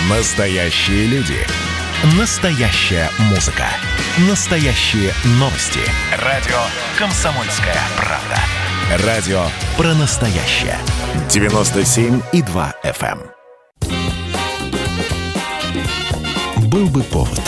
Настоящие люди. Настоящая музыка. Настоящие новости. Радио «Комсомольская правда». Радио про настоящее. 97,2 FM. Был бы повод.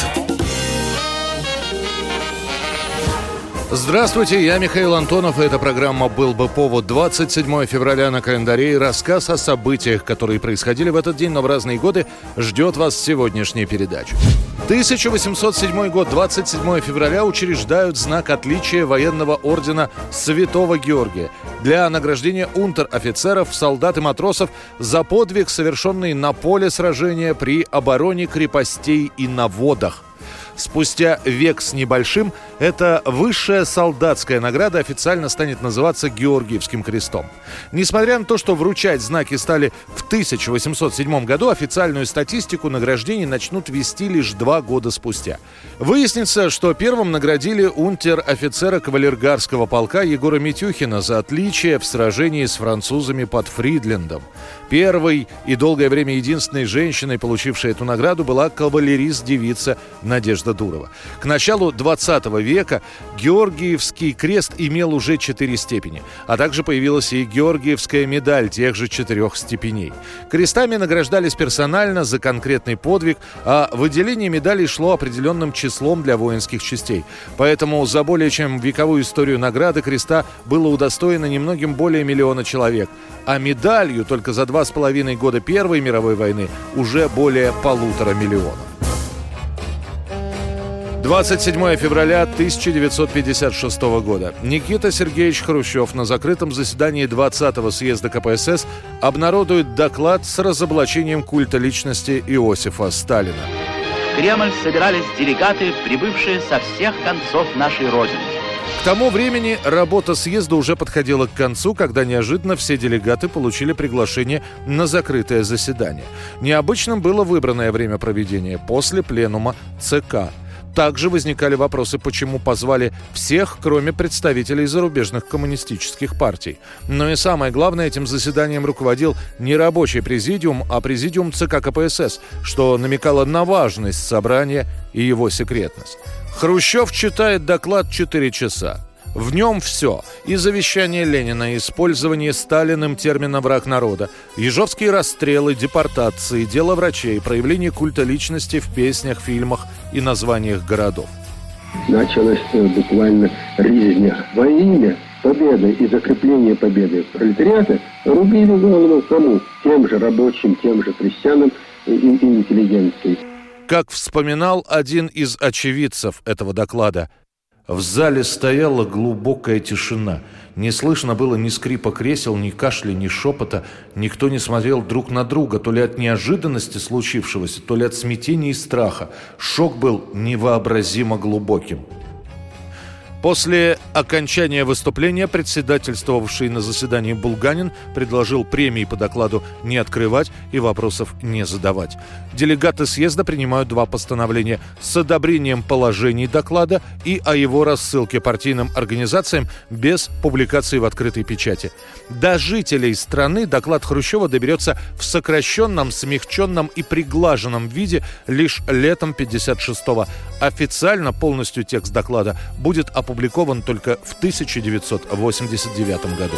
Здравствуйте, я Михаил Антонов, и эта программа «Был бы повод». 27 февраля на календаре, и рассказ о событиях, которые происходили в этот день, но в разные годы, ждет вас в сегодняшней передаче. 1807 год, 27 февраля, учреждают знак отличия военного ордена Святого Георгия для награждения унтер-офицеров, солдат и матросов за подвиг, совершенный на поле сражения при обороне крепостей и на водах. Спустя век с небольшим эта высшая солдатская награда официально станет называться Георгиевским крестом. Несмотря на то, что вручать знаки стали в 1807 году, официальную статистику награждений начнут вести лишь 2 года спустя. Выяснится, что первым наградили унтер-офицера кавалергарского полка Егора Митюхина за отличие в сражении с французами под Фридлендом. Первой и долгое время единственной женщиной, получившей эту награду, была кавалерист-девица Надежда Дурова. К началу 20 века Георгиевский крест имел уже 4 степени, а также появилась и Георгиевская медаль тех же 4 степеней. Крестами награждались персонально за конкретный подвиг, а выделение медалей шло определенным числом для воинских частей. Поэтому за более чем вековую историю награды креста было удостоено немногим более 1 миллиона человек, а медалью только за 2,5 года Первой мировой войны уже более 1,5 миллиона. 27 февраля 1956 года. Никита Сергеевич Хрущев на закрытом заседании 20-го съезда КПСС обнародует доклад с разоблачением культа личности Иосифа Сталина. В Кремль собирались делегаты, прибывшие со всех концов нашей Родины. К тому времени работа съезда уже подходила к концу, когда неожиданно все делегаты получили приглашение на закрытое заседание. Необычным было выбранное время проведения после пленума ЦК. Также возникали вопросы, почему позвали всех, кроме представителей зарубежных коммунистических партий. Но и самое главное, этим заседанием руководил не рабочий президиум, а президиум ЦК КПСС, что намекало на важность собрания и его секретность. Хрущев читает доклад 4 часа. В нем все. И завещание Ленина, и использование Сталиным термина «враг народа», ежовские расстрелы, депортации, дело врачей, проявление культа личности в песнях, фильмах и названиях городов. Началась буквально резня во имя победы и закрепления победы пролетариата. Рубили голову кому? Тем же рабочим, тем же крестьянам и интеллигенции. Как вспоминал один из очевидцев этого доклада, в зале стояла глубокая тишина. Не слышно было ни скрипа кресел, ни кашля, ни шепота. Никто не смотрел друг на друга, то ли от неожиданности случившегося, то ли от смятения и страха. Шок был невообразимо глубоким. После окончания выступления председательствовавший на заседании Булганин предложил премии по докладу не открывать и вопросов не задавать. Делегаты съезда принимают 2 постановления с одобрением положений доклада и о его рассылке партийным организациям без публикации в открытой печати. До жителей страны доклад Хрущева доберется в сокращенном, смягченном и приглаженном виде лишь летом 1956-го. Официально полностью текст доклада будет опубликован только в 1989 году.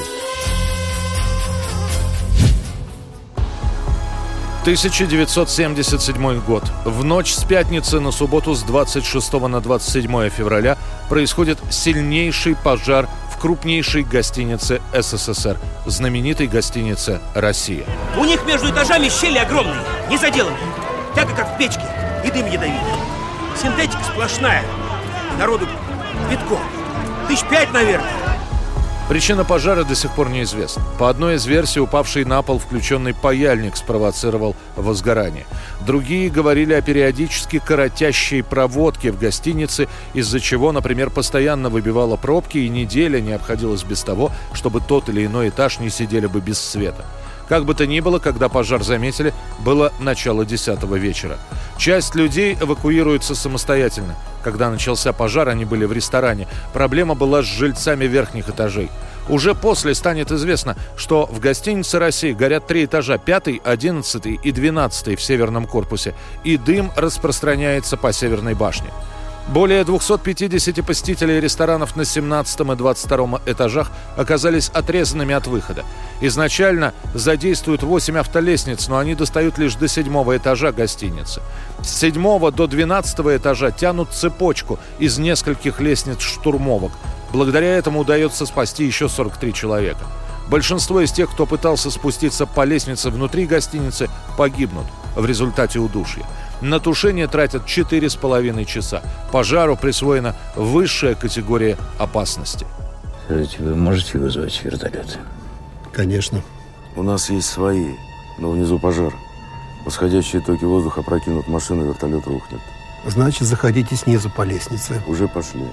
1977 год. В ночь с пятницы на субботу с 26 на 27 февраля происходит сильнейший пожар в крупнейшей гостинице СССР, знаменитой гостинице «Россия». У них между этажами щели огромные, не заделаны. Тяга как в печке, и дым ядовитый. Синтетика сплошная. Народу битком. 5 тысяч, наверное. Причина пожара до сих пор неизвестна. По одной из версий, упавший на пол включенный паяльник спровоцировал возгорание. Другие говорили о периодически коротящей проводке в гостинице, из-за чего, например, постоянно выбивало пробки, и неделя не обходилась без того, чтобы тот или иной этаж не сидели бы без света. Как бы то ни было, когда пожар заметили, было начало 10-го вечера. Часть людей эвакуируется самостоятельно. Когда начался пожар, они были в ресторане. Проблема была с жильцами верхних этажей. Уже после станет известно, что в гостинице «Россия» горят 3 этажа: 5, 11 и 12 в северном корпусе, и дым распространяется по северной башне. Более 250 посетителей ресторанов на 17 и 22 этажах оказались отрезанными от выхода. Изначально задействуют 8 автолестниц, но они достают лишь до 7 этажа гостиницы. С 7 до 12 этажа тянут цепочку из нескольких лестниц-штурмовок. Благодаря этому удается спасти еще 43 человека. Большинство из тех, кто пытался спуститься по лестнице внутри гостиницы, погибнут в результате удушья. На тушение тратят 4,5 часа. Пожару присвоена высшая категория опасности. Скажите, вы можете вызвать вертолет? Конечно. У нас есть свои, но внизу пожар. Восходящие токи воздуха опрокинут машину, вертолет рухнет. Значит, заходите снизу по лестнице. Уже пошли.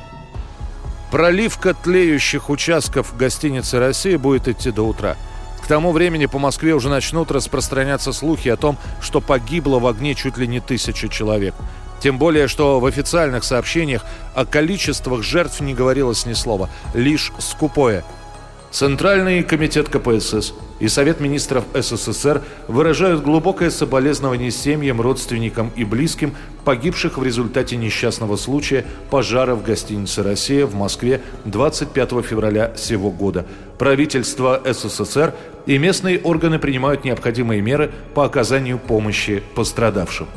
Проливка тлеющих участков гостиницы «Россия» будет идти до утра. К тому времени по Москве уже начнут распространяться слухи о том, что погибло в огне чуть ли не 1000 человек. Тем более, что в официальных сообщениях о количествах жертв не говорилось ни слова, лишь скупое. Центральный комитет КПСС и Совет министров СССР выражают глубокое соболезнование семьям, родственникам и близким погибших в результате несчастного случая пожара в гостинице «Россия» в Москве 25 февраля сего года. Правительство СССР и местные органы принимают необходимые меры по оказанию помощи пострадавшим.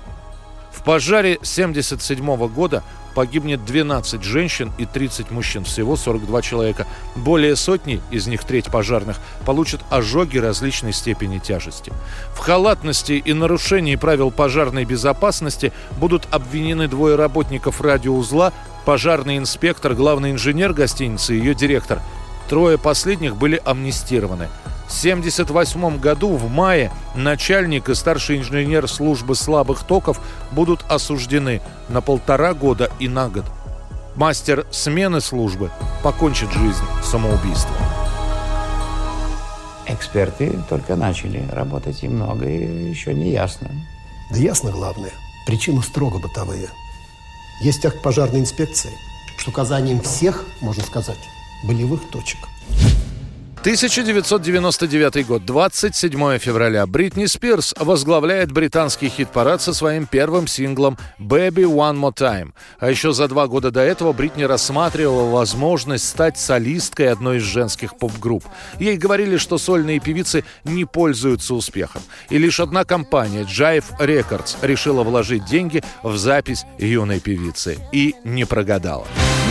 В пожаре 1977 года погибнет 12 женщин и 30 мужчин, всего 42 человека. Более сотни, из них треть пожарных, получат ожоги различной степени тяжести. В халатности и нарушении правил пожарной безопасности будут обвинены 2 работников радиоузла, пожарный инспектор, главный инженер гостиницы и ее директор. 3 последних были амнистированы. В 1978 году в мае начальник и старший инженер службы слабых токов будут осуждены на 1,5 года и на год. Мастер смены службы покончит жизнь самоубийством. Эксперты только начали работать, и многое еще не ясно. Да ясно главное. Причины строго бытовые. Есть акт пожарной инспекции с указанием всех, можно сказать, болевых точек. 1999 год, 27 февраля. Бритни Спирс возглавляет британский хит-парад со своим первым синглом «Baby One More Time». А еще за 2 года до этого Бритни рассматривала возможность стать солисткой одной из женских поп-групп. Ей говорили, что сольные певицы не пользуются успехом. И лишь одна компания, Jive Records, решила вложить деньги в запись юной певицы. И не прогадала.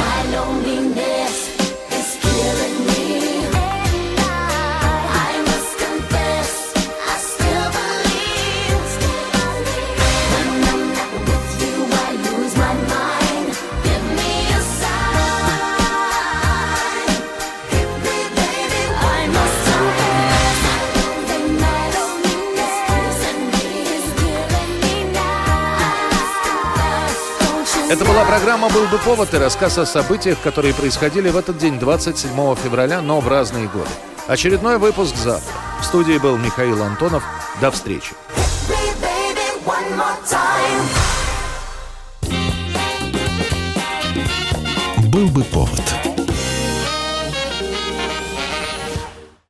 Это была программа «Был бы повод» и рассказ о событиях, которые происходили в этот день, 27 февраля, но в разные годы. Очередной выпуск завтра. В студии был Михаил Антонов. До встречи. «Был бы повод».